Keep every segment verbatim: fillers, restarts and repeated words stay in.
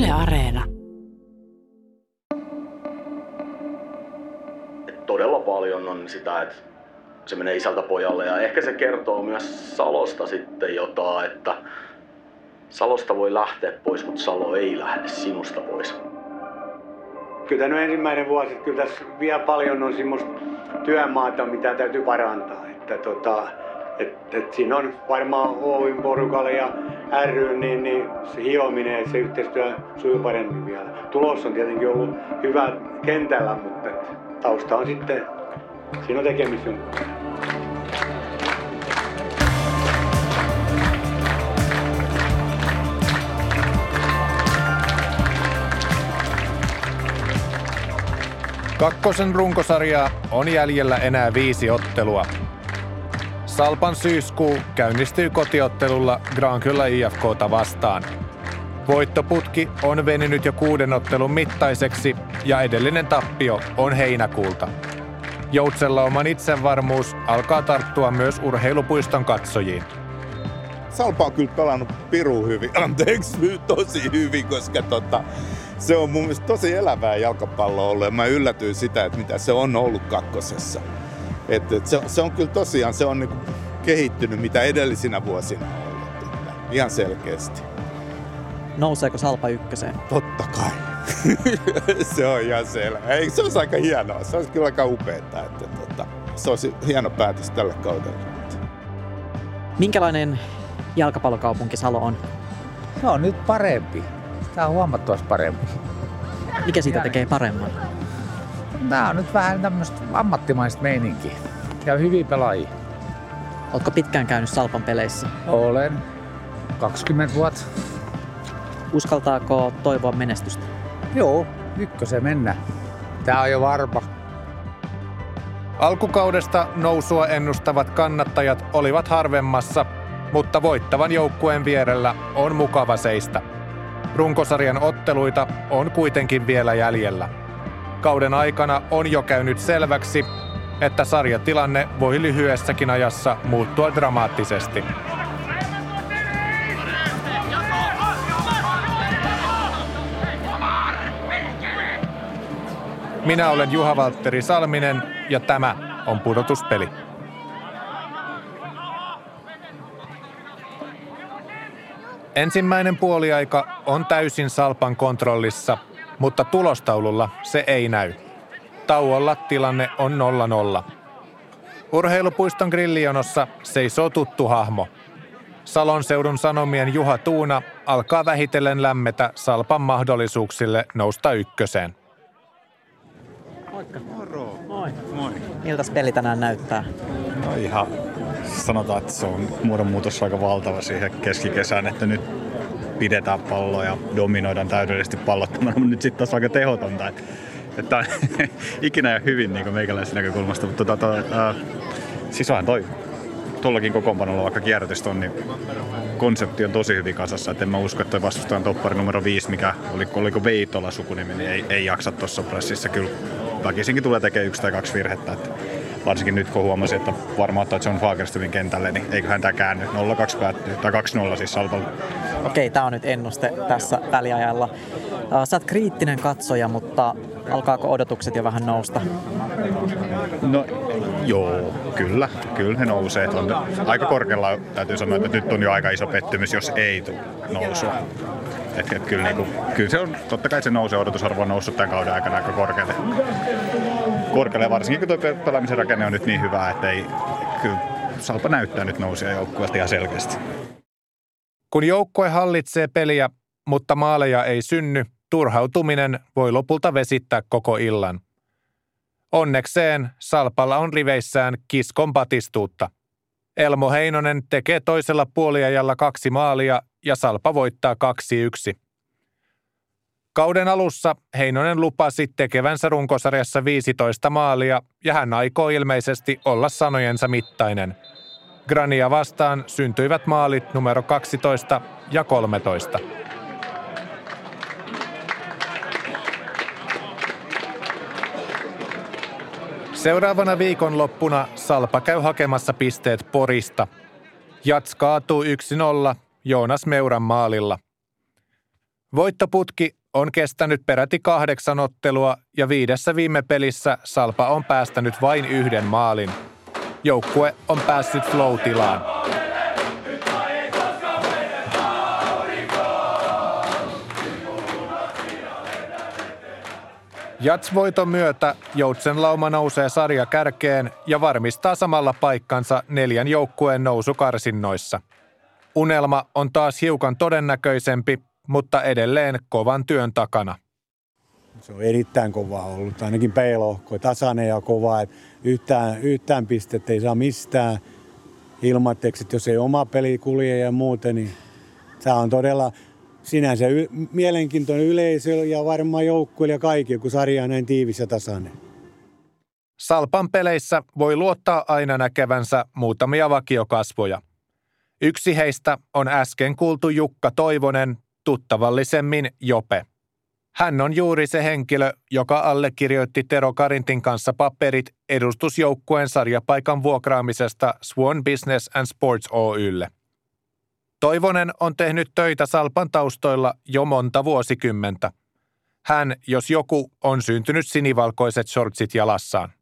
Yle Areena. Todella paljon on sitä, että se menee isältä pojalle ja ehkä se kertoo myös Salosta sitten jotain, että Salosta voi lähteä pois, mutta Salo ei lähde sinusta pois. Kyllä tämä ensimmäinen vuosi, että kyllä tässä vielä paljon on semmoista työmaata, mitä täytyy parantaa. Että tota, et, et siinä on varmaan Oyn porukalle ja ry, niin, niin se hiominen, että se yhteistyö sujuu paremmin vielä. Tulos on tietenkin ollut hyvä kentällä, mutta et, tausta on sitten, siinä on tekemistä. Kakkosen runkosarjaa on jäljellä enää viisi ottelua. Salpan syyskuu käynnistyy kotiottelulla Grankylla I F K:ta vastaan. Voittoputki on venynyt jo kuuden ottelun mittaiseksi ja edellinen tappio on heinäkuulta. Joutsenlauman itsevarmuus alkaa tarttua myös urheilupuiston katsojiin. Salpa on kyllä pelannut pirun hyvin, anteeksi tosi hyvin, koska tota, se on mun mielestä tosi elävää jalkapalloa ollut ja mä yllätyin sitä, että mitä se on ollut kakkosessa. Et, et se, se on kyllä tosiaan, se on niinku kehittynyt mitä edellisinä vuosina on ollut, että ihan selkeästi. Nouseeko Salpa ykköseen? Totta kai. Se on ihan selvä. Eikö se olisi aika hienoa? Se olisi kyllä aika upeaa, että tota, se olisi hieno päätös tälle kaudelle. Minkälainen jalkapallokaupunki Salo on? Se on nyt parempi. Tämä on huomattavasti parempi. Mikä siitä tekee paremman? Tämä on nyt vähän tämmöistä ammattimaista meininkiä. Ja hyviä pelaajia. Oletko pitkään käynyt Salpan peleissä? Olen. kaksikymmentä vuotta. Uskaltaako toivoa menestystä? Joo, ykköseen mennään. Tämä on jo varma. Alkukaudesta nousua ennustavat kannattajat olivat harvemmassa, mutta voittavan joukkueen vierellä on mukava seistä. Runkosarjan otteluita on kuitenkin vielä jäljellä. Kauden aikana on jo käynyt selväksi, että sarjatilanne voi lyhyessäkin ajassa muuttua dramaattisesti. Minä olen Juha-Valtteri Salminen ja tämä on Pudotuspeli. Ensimmäinen puoliaika on täysin Salpan kontrollissa, mutta tulostaululla se ei näy. Tauolla tilanne on nolla nolla. Urheilupuiston grillijonossa seisoo tuttu hahmo. Salon seudun Sanomien Juha Tuuna alkaa vähitellen lämmetä Salpan mahdollisuuksille nousta ykköseen. Moikka. Moro. Moi. Moi. Miltäs peli tänään näyttää? No ihan, sanotaan, että se on muodonmuutos aika valtava siihen keskikesään, että nyt pidetään palloa ja dominoidaan täydellisesti pallottamana, mutta nyt sitten taas aika tehotonta. Että, että ikinä ja hyvin niin meikäläisen näkökulmasta, mutta tota, tota, siis onhan toi tuollakin kokoonpanolla, vaikka kierrätystä on, niin konsepti on tosi hyvin kasassa. Et en mä usko, että toi vastustajan toppari numero viisi, mikä oli, oliko Veitola sukunimi, niin ei, ei jaksa tuossa pressissä. Kyllä väkisinkin tulee tekemään yksi tai kaksi virhettä. Et varsinkin nyt kun huomasin, että varmaan ottaa John Fagerströmin kentälle, niin eiköhän tämä käänny. nolla kaksi päättyy, tai kaksi nolla siis Salpalle. Okei, tää on nyt ennuste tässä väliajalla. Sä oot kriittinen katsoja, mutta alkaako odotukset jo vähän nousta? No joo, kyllä. Kyllä he nousee. On aika korkealla täytyy sanoa, että nyt on jo aika iso pettymys, jos ei tule nousua. Et, et kyllä, niinku, kyllä se on, totta kai se nousee, odotusarvo on noussut tämän kauden aikana aika korkealle. Korkealle varsinkin kun tuo pelaamisen rakenne on nyt niin hyvä, että ei, kyllä Salpa näyttää nyt nousia joukkueelta ihan selkeästi. Kun joukkue hallitsee peliä, mutta maaleja ei synny, turhautuminen voi lopulta vesittää koko illan. Onnekseen Salpalla on riveissään kiskon batistuutta. Elmo Heinonen tekee toisella puoliajalla kaksi maalia ja Salpa voittaa kaksi yksi. Kauden alussa Heinonen lupasi tekevänsä runkosarjassa viisitoista maalia ja hän aikoo ilmeisesti olla sanojensa mittainen. Grania vastaan syntyivät maalit numero kaksitoista ja kolmetoista. Seuraavana viikonloppuna Salpa käy hakemassa pisteet Porista. Jats kaatuu yksi nolla Joonas Meuran maalilla. Voittoputki on kestänyt peräti kahdeksan ottelua ja viidessä viime pelissä Salpa on päästänyt vain yhden maalin. Joukkue on päässyt flow-tilaan. Jats-voiton myötä Joutsenlauma nousee sarjakärkeen ja varmistaa samalla paikkansa neljän joukkueen nousukarsinnoissa. Unelma on taas hiukan todennäköisempi, mutta edelleen kovan työn takana. Se on erittäin kova ollut, ainakin P-lohko, tasainen ja kova, että yhtään, yhtään pistettä ei saa mistään ilmatteeksi, että jos ei oma peli kulje ja muuten, niin tämä on todella sinänsä y- mielenkiintoinen yleisö ja varmaan joukkueille ja kaikille, kun sarja on näin tiivis ja tasainen. Salpan peleissä voi luottaa aina näkevänsä muutamia vakiokasvoja. Yksi heistä on äsken kuultu Jukka Toivonen, tuttavallisemmin Jope. Hän on juuri se henkilö, joka allekirjoitti Tero Karintin kanssa paperit edustusjoukkueen sarjapaikan vuokraamisesta Swan Business and Sports Oy:lle. Toivonen on tehnyt töitä Salpan taustoilla jo monta vuosikymmentä. Hän, jos joku, on syntynyt sinivalkoiset shortsit jalassaan.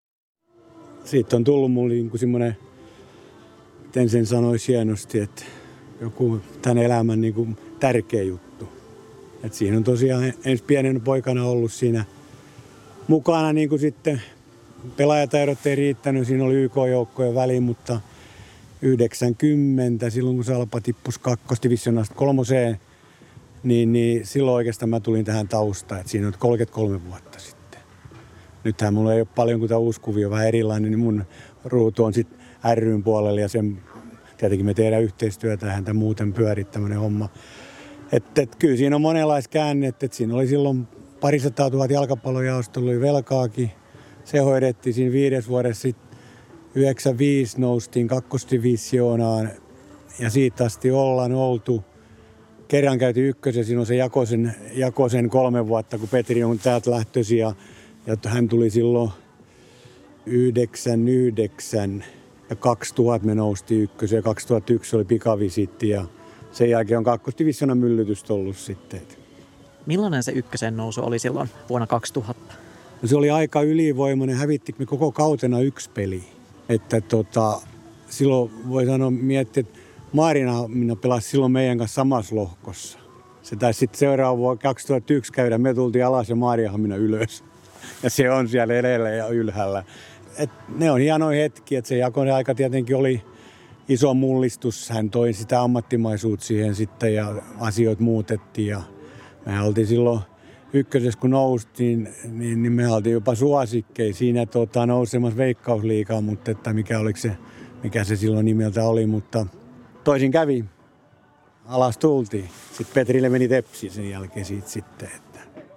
Siitä on tullut mulle niin kuin semmoinen, miten sen sanoisi hienosti, että joku tämän elämän niin kuin tärkeä juttu. Et siinä on tosiaan ensi pienen poikana ollut siinä mukana, niin kuin sitten pelaajataidot ei riittänyt, siinä oli Y K-joukkojen väliin, mutta yhdeksänkymmentä, silloin kun Salpa tippui kakkosdivisioonasta kolmoseen, niin, niin silloin oikeastaan mä tulin tähän taustaan, että siinä on kolmekymmentäkolme vuotta sitten. Nythän mulla ei ole paljon, kun tämä uusi kuvio on vähän erilainen, niin mun ruutu on sitten ry:n puolella ja sen, tietenkin me tehdään yhteistyötä, eihän tämä muuten pyöri tämmöinen homma. Että et, kyllä siinä on monenlaista käännettä, että siinä oli silloin parisataa tuhat jalkapallojaosta, oli velkaakin. Se hoidettiin siinä viides vuodessa sitten. yhdeksänkymmentäviisi noustiin kakkosdivisioonaan ja siitä asti ollaan oltu. Kerran käytiin ykkösen, siinä on se Jakosen, Jakosen kolme vuotta, kun Petri on täältä lähtöisin ja, ja hän tuli silloin yhdeksänkymmentäyhdeksän ja kaksituhatta me noustiin ykkösen ja kaksituhattayksi oli pikavisitti ja sen jälkeen on kakkosdivisioonan myllytystä ollut sitten. Millainen se ykkösen nousu oli silloin vuonna kaksituhatta? No se oli aika ylivoimainen, hävittikö me koko kautena yksi peli. Että tota, silloin voi sanoa, miettiä, että Maarina minä pelasin silloin meidän kanssa samassa lohkossa. Se taisi sitten seuraava vuonna kaksituhattayksi käydä, me tultiin alas ja Maariahamina ylös. Ja se on siellä edelleen ja ylhäällä. Et ne on hienoja hetkiä, että se Jakonen aika tietenkin oli iso mullistus. Hän toi sitä ammattimaisuutta siihen sitten ja asioita muutettiin. Ja mehän oltiin silloin ykkösessä kun noustiin, niin, niin me oltiin jopa suosikkeja siinä tota, nousemassa Veikkausliigaa, mutta että mikä, oliko se, mikä se silloin nimeltä oli, mutta toisin kävi. Alas tultiin. Sitten Petrille meni tepsi sen jälkeen siitä sitten. Että.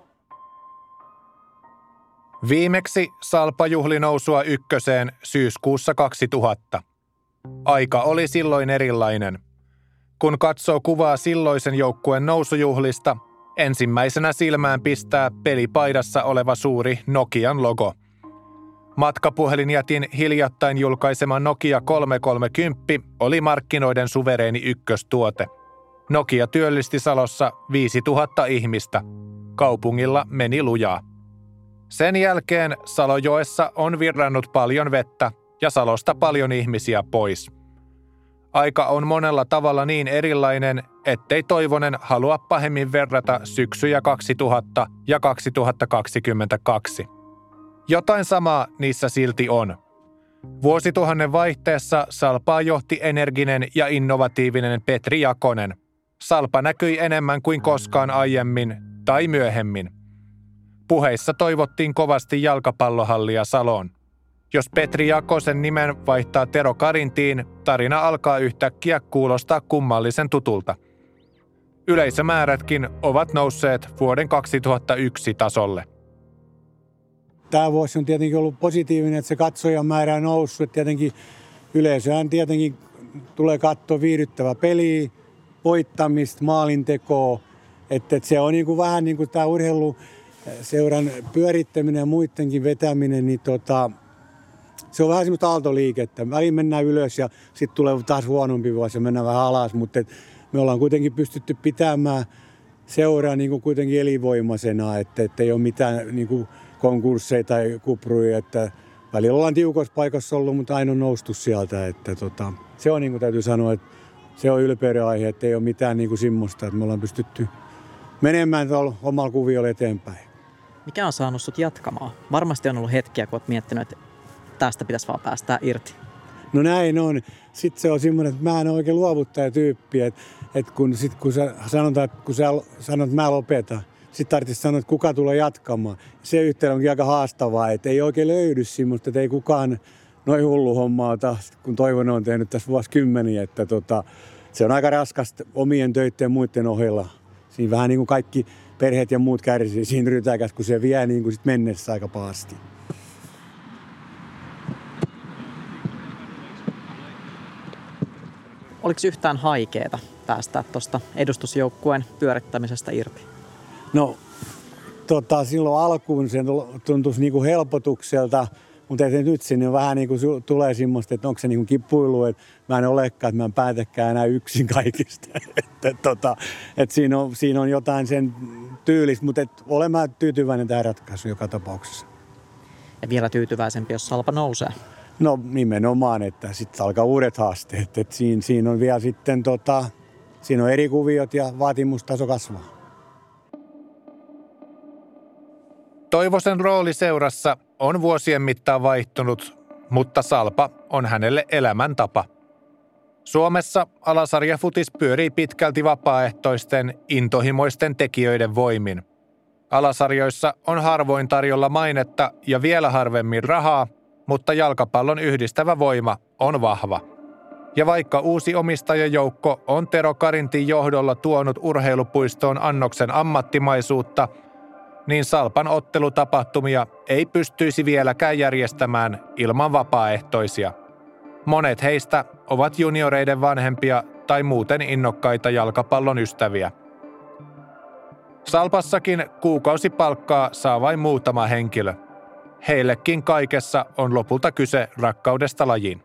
Viimeksi Salpa juhli nousua ykköseen syyskuussa kaksituhatta. Aika oli silloin erilainen. Kun katsoo kuvaa silloisen joukkueen nousujuhlista, ensimmäisenä silmään pistää pelipaidassa oleva suuri Nokian logo. Matkapuhelinjätin hiljattain julkaisema Nokia kolmesataakolmekymmentä oli markkinoiden suvereeni ykköstuote. Nokia työllisti Salossa viisituhatta ihmistä. Kaupungilla meni lujaa. Sen jälkeen Salojoessa on virrannut paljon vettä ja Salosta paljon ihmisiä pois. Aika on monella tavalla niin erilainen, ettei Toivonen halua pahemmin verrata syksyjä kaksituhatta ja kaksituhattakaksikymmentäkaksi. Jotain samaa niissä silti on. Vuosituhannen vaihteessa Salpaa johti energinen ja innovatiivinen Petri Jakonen. Salpa näkyi enemmän kuin koskaan aiemmin tai myöhemmin. Puheissa toivottiin kovasti jalkapallohallia Saloon. Jos Petri Jakosen nimen vaihtaa Tero Karintiin, tarina alkaa yhtäkkiä kuulostaa kummallisen tutulta. Yleisömäärätkin ovat nousseet vuoden kaksituhattayksi tasolle. Tämä vuosi on tietenkin ollut positiivinen, että se katsojan määrä on noussut. Että tietenkin yleisöhän tietenkin tulee katsoa viihdyttävää peliä, voittamista, maalintekoa. Että se on niin kuin vähän niin kuin tämä urheiluseuran pyörittäminen ja muidenkin vetäminen, niin tota, se on vähän semmoista aaltoliikettä. Väliin mennään ylös ja sitten tulee taas huonompi vuosi ja mennään vähän alas, mutta me ollaan kuitenkin pystytty pitämään seura niin kuin kuitenkin elinvoimaisena, että, että ei ole mitään niin kuin konkursseja tai kupruja, että välillä ollaan tiukossa paikassa ollut, mutta aina on noustu sieltä, että tota, se on niin kuin täytyy sanoa, että se on ylpeyden aihe, että ei ole mitään niin kuin semmoista, että me ollaan pystytty menemään tuolla omalla kuviolla eteenpäin. Mikä on saanut sut jatkamaan? Varmasti on ollut hetkiä, kun oot miettinyt, että tästä pitäisi vaan päästää irti. No näin on. Sitten se on semmoinen, että mä en ole oikein luovuttajatyyppi, että, että kun, sit, kun sä sanotaan, että kun sä sanot, että mä lopetan, sitten tarvitsisi sanoa, että kuka tulee jatkamaan. Se yhtälö onkin aika haastavaa, että ei oikein löydy semmoista, että ei kukaan noin hullu hommaa ota, kun Toivonen on tehnyt tässä vuosikymmeniä, että tota, se on aika raskasta omien töiden ja muiden ohella. Siinä vähän niin kuin kaikki perheet ja muut kärsii siinä rytäkässä, kun se vie niin kuin sit mennessä aika pahasti. Oliko yhtään haikeeta päästä tuosta edustusjoukkueen pyörittämisestä irti? No, tota, silloin alkuun se tuntuisi niinku helpotukselta, mutta nyt sinne vähän niinku tulee semmoista, että onko se niinku kipuilu, että mä en olekaan, että mä en päätäkään enää yksin kaikista. että, tota, et siinä, on, siinä on jotain sen tyylistä, mutta et olen mä tyytyväinen tähän ratkaisuun joka tapauksessa. Ja vielä tyytyväisempi, jos Salpa nousee. No nimenomaan, että sitten alkaa uudet haasteet. Et siinä, siinä on vielä sitten tota, siinä on eri kuviot ja vaatimustaso kasvaa. Toivosen rooli seurassa on vuosien mittaan vaihtunut, mutta Salpa on hänelle elämäntapa. Suomessa alasarjafutis pyörii pitkälti vapaaehtoisten, intohimoisten tekijöiden voimin. Alasarjoissa on harvoin tarjolla mainetta ja vielä harvemmin rahaa, mutta jalkapallon yhdistävä voima on vahva. Ja vaikka uusi omistajajoukko on Tero Karintin johdolla tuonut urheilupuistoon annoksen ammattimaisuutta, niin Salpan ottelutapahtumia ei pystyisi vieläkään järjestämään ilman vapaaehtoisia. Monet heistä ovat junioreiden vanhempia tai muuten innokkaita jalkapallon ystäviä. Salpassakin kuukausipalkkaa saa vain muutama henkilö. Heillekin kaikessa on lopulta kyse rakkaudesta lajiin.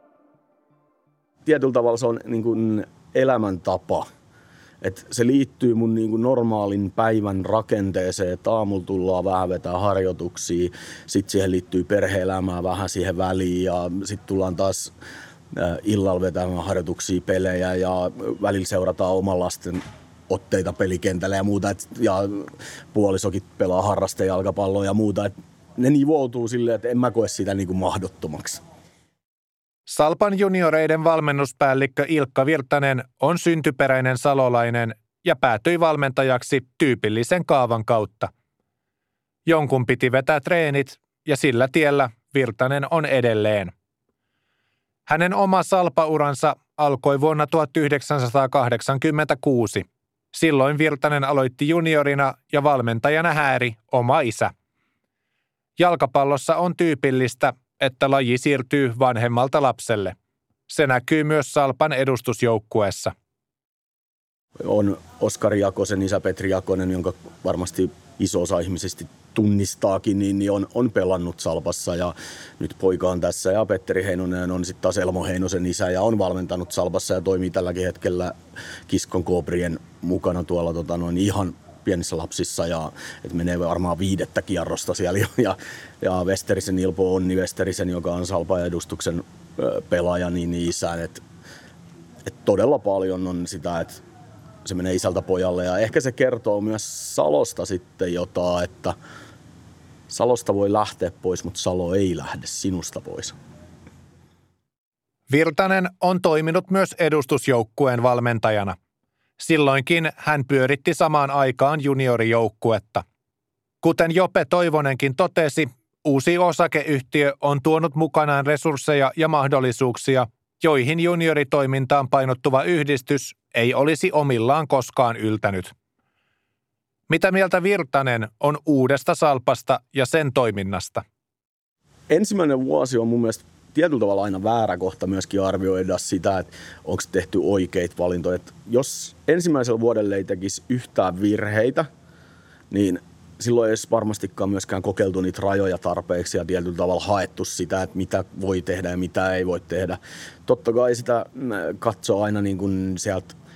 Tietyllä tavalla se on niin kuin elämäntapa. Et se liittyy mun niin kuin normaalin päivän rakenteeseen, että aamulla tullaan vähän vetää harjoituksia, sitten siihen liittyy perhe-elämää vähän siihen väliin ja sitten tullaan taas illalla vetämään harjoituksia, pelejä ja välillä seurataan oman lasten otteita pelikentällä ja muuta. Et, ja puolisokin pelaa harrastejalkapalloa ja muuta. Et ne nivoutuu silleen, että en mä koe sitä niin kuin mahdottomaksi. Salpan junioreiden valmennuspäällikkö Ilkka Virtanen on syntyperäinen salolainen ja päätyi valmentajaksi tyypillisen kaavan kautta. Jonkun piti vetää treenit ja sillä tiellä Virtanen on edelleen. Hänen oma Salpa-uransa alkoi vuonna tuhatyhdeksänsataakahdeksankymmentäkuusi. Silloin Virtanen aloitti juniorina ja valmentajana hääri oma isä. Jalkapallossa on tyypillistä, että laji siirtyy vanhemmalta lapselle. Se näkyy myös Salpan edustusjoukkueessa. On Oskari Jakosen isä Petri Jakonen, jonka varmasti iso osa ihmisistä tunnistaakin, niin, niin on, on pelannut Salpassa ja nyt poika on tässä. Ja Petteri Heinonen on sitten taas Elmo Heinosen isä ja on valmentanut Salpassa ja toimii tälläkin hetkellä Kiskon Koobrien mukana tuolla tota, noin ihan pienissä lapsissa ja että menee varmaan viidettä kierrosta siellä. Ja, ja Westerisen Ilpo Onni Westerisen, joka on Salpan edustuksen pelaaja, niin isä. Että et todella paljon on sitä, että se menee isältä pojalle ja ehkä se kertoo myös Salosta sitten jotain, että Salosta voi lähteä pois, mutta Salo ei lähde sinusta pois. Virtanen on toiminut myös edustusjoukkueen valmentajana. Silloinkin hän pyöritti samaan aikaan juniorijoukkuetta. Kuten Jope Toivonenkin totesi, uusi osakeyhtiö on tuonut mukanaan resursseja ja mahdollisuuksia, joihin junioritoimintaan painottuva yhdistys ei olisi omillaan koskaan yltänyt. Mitä mieltä Virtanen on uudesta Salpasta ja sen toiminnasta? Ensimmäinen vuosi on mun mielestä tietyllä tavalla aina väärä kohta myöskin arvioida sitä, että onko tehty oikeita valintoja. Että jos ensimmäisellä vuodella ei tekisi yhtään virheitä, niin silloin ei olisi varmastikaan myöskään kokeiltu niitä rajoja tarpeeksi ja tietyllä tavalla haettu sitä, että mitä voi tehdä ja mitä ei voi tehdä. Totta kai sitä katsoo aina niin kuin sieltä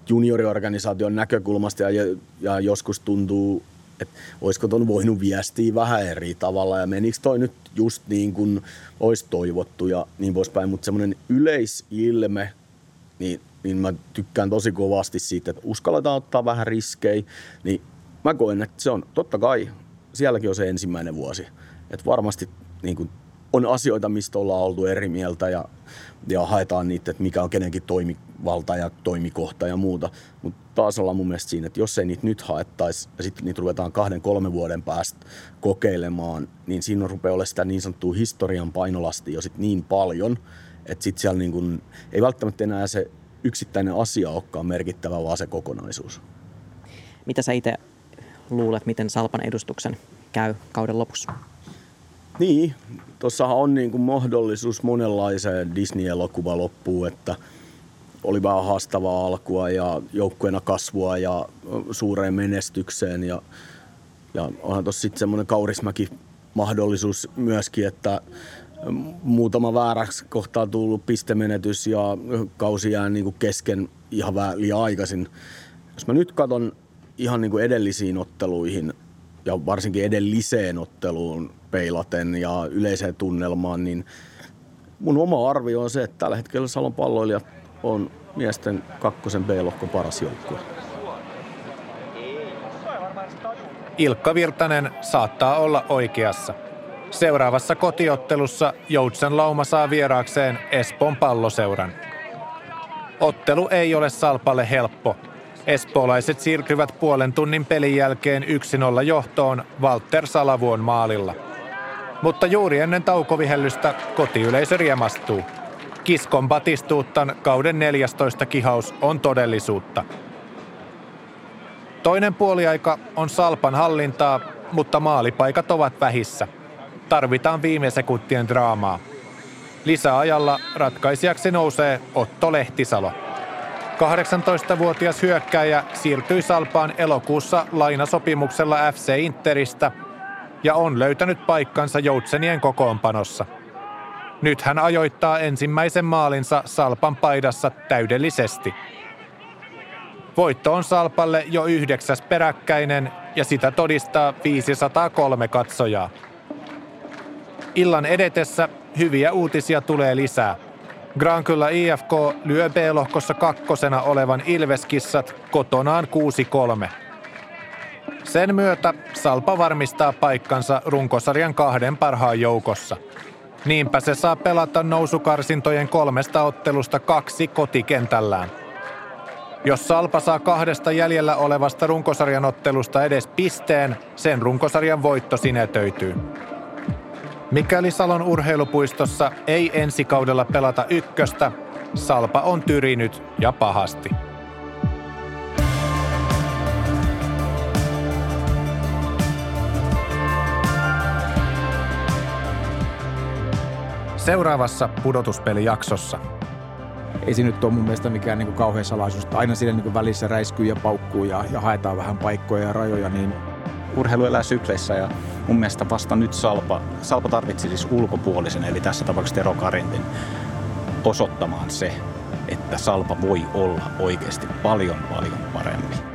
junioriorganisaation näkökulmasta ja, ja joskus tuntuu, että olisiko ton voinut viestiä vähän eri tavalla ja menikö toi nyt just niin kuin olisi toivottu ja niin poispäin, mutta semmoinen yleisilme, niin, niin mä tykkään tosi kovasti siitä, että uskalletaan ottaa vähän riskejä, niin mä koen, että se on totta kai, sielläkin on se ensimmäinen vuosi, että varmasti niin kuin on asioita, mistä ollaan oltu eri mieltä ja, ja haetaan niitä, että mikä on kenenkin toimivalta ja toimikohta ja muuta. Mutta taas ollaan mun mielestä siinä, että jos ei niitä nyt haettaisi ja sitten niitä ruvetaan kahden, kolmen vuoden päästä kokeilemaan, niin siinä rupeaa olemaan sitä niin sanottua historian painolastia jo sit niin paljon, että sitten siellä niin kun, ei välttämättä enää se yksittäinen asia olekaan merkittävä, vaan se kokonaisuus. Mitä sä itse luulet, miten Salpan edustuksen käy kauden lopussa? Niin, tuossahan on niin kuin mahdollisuus monenlaiseen Disney-elokuva loppuun, että oli vähän haastavaa alkua ja joukkueena kasvua ja suureen menestykseen. Ja, ja onhan tuossa sitten semmoinen Kaurismäki mahdollisuus myöskin, että muutama vääräksi kohtaa tullut pistemenetys ja kausi jää niin kuin kesken ihan vähän liian aikaisin. Jos mä nyt katson ihan niin kuin edellisiin otteluihin ja varsinkin edelliseen otteluun peilaten ja yleiseen tunnelmaan, niin mun oma arvio on se, että tällä hetkellä Salon Palloilijat on miesten kakkosen B-lohkon paras joukkue. Ilkka Virtanen saattaa olla oikeassa. Seuraavassa kotiottelussa Joutsen Lauma saa vieraakseen Espoon Palloseuran. Ottelu ei ole Salpalle helppo. Espoolaiset siirtyvät puolen tunnin pelin jälkeen yksi nolla johtoon Walter Salavuon maalilla. Mutta juuri ennen taukovihellystä kotiyleisö riemastuu. Kiskon Batistuutan kauden neljästoista kihaus on todellisuutta. Toinen puoliaika on Salpan hallintaa, mutta maalipaikat ovat vähissä. Tarvitaan viime sekuntien draamaa. Lisäajalla ratkaisijaksi nousee Otto Lehtisalo. kahdeksantoistavuotias hyökkääjä siirtyi Salpaan elokuussa lainasopimuksella F C Interistä ja on löytänyt paikkansa Joutsenien kokoonpanossa. Nyt hän ajoittaa ensimmäisen maalinsa Salpan paidassa täydellisesti. Voitto on Salpalle jo yhdeksäs peräkkäinen ja sitä todistaa viisisataakolme katsojaa. Illan edetessä hyviä uutisia tulee lisää. Grankylla I F K lyö B-lohkossa kakkosena olevan Ilveskissat kotonaan kuusi kolme. Sen myötä Salpa varmistaa paikkansa runkosarjan kahden parhaan joukossa. Niinpä se saa pelata nousukarsintojen kolmesta ottelusta kaksi kotikentällään. Jos Salpa saa kahdesta jäljellä olevasta runkosarjan ottelusta edes pisteen, sen runkosarjan voitto sinetöityy. Mikäli Salon urheilupuistossa ei ensi kaudella pelata ykköstä, Salpa on tyrinyt ja pahasti. Seuraavassa pudotuspelijaksossa. Ei se nyt ole mun mielestä mikään niin kuin kauhean salaisuus. Aina siinä niin kuin välissä räiskyy ja paukkuu ja, ja haetaan vähän paikkoja ja rajoja. Niin urheilu elää sykleissä ja mun mielestä vasta nyt Salpa, Salpa tarvitsi siis ulkopuolisen, eli tässä tapauksessa Tero Karintin, osoittamaan se, että Salpa voi olla oikeasti paljon paljon parempi.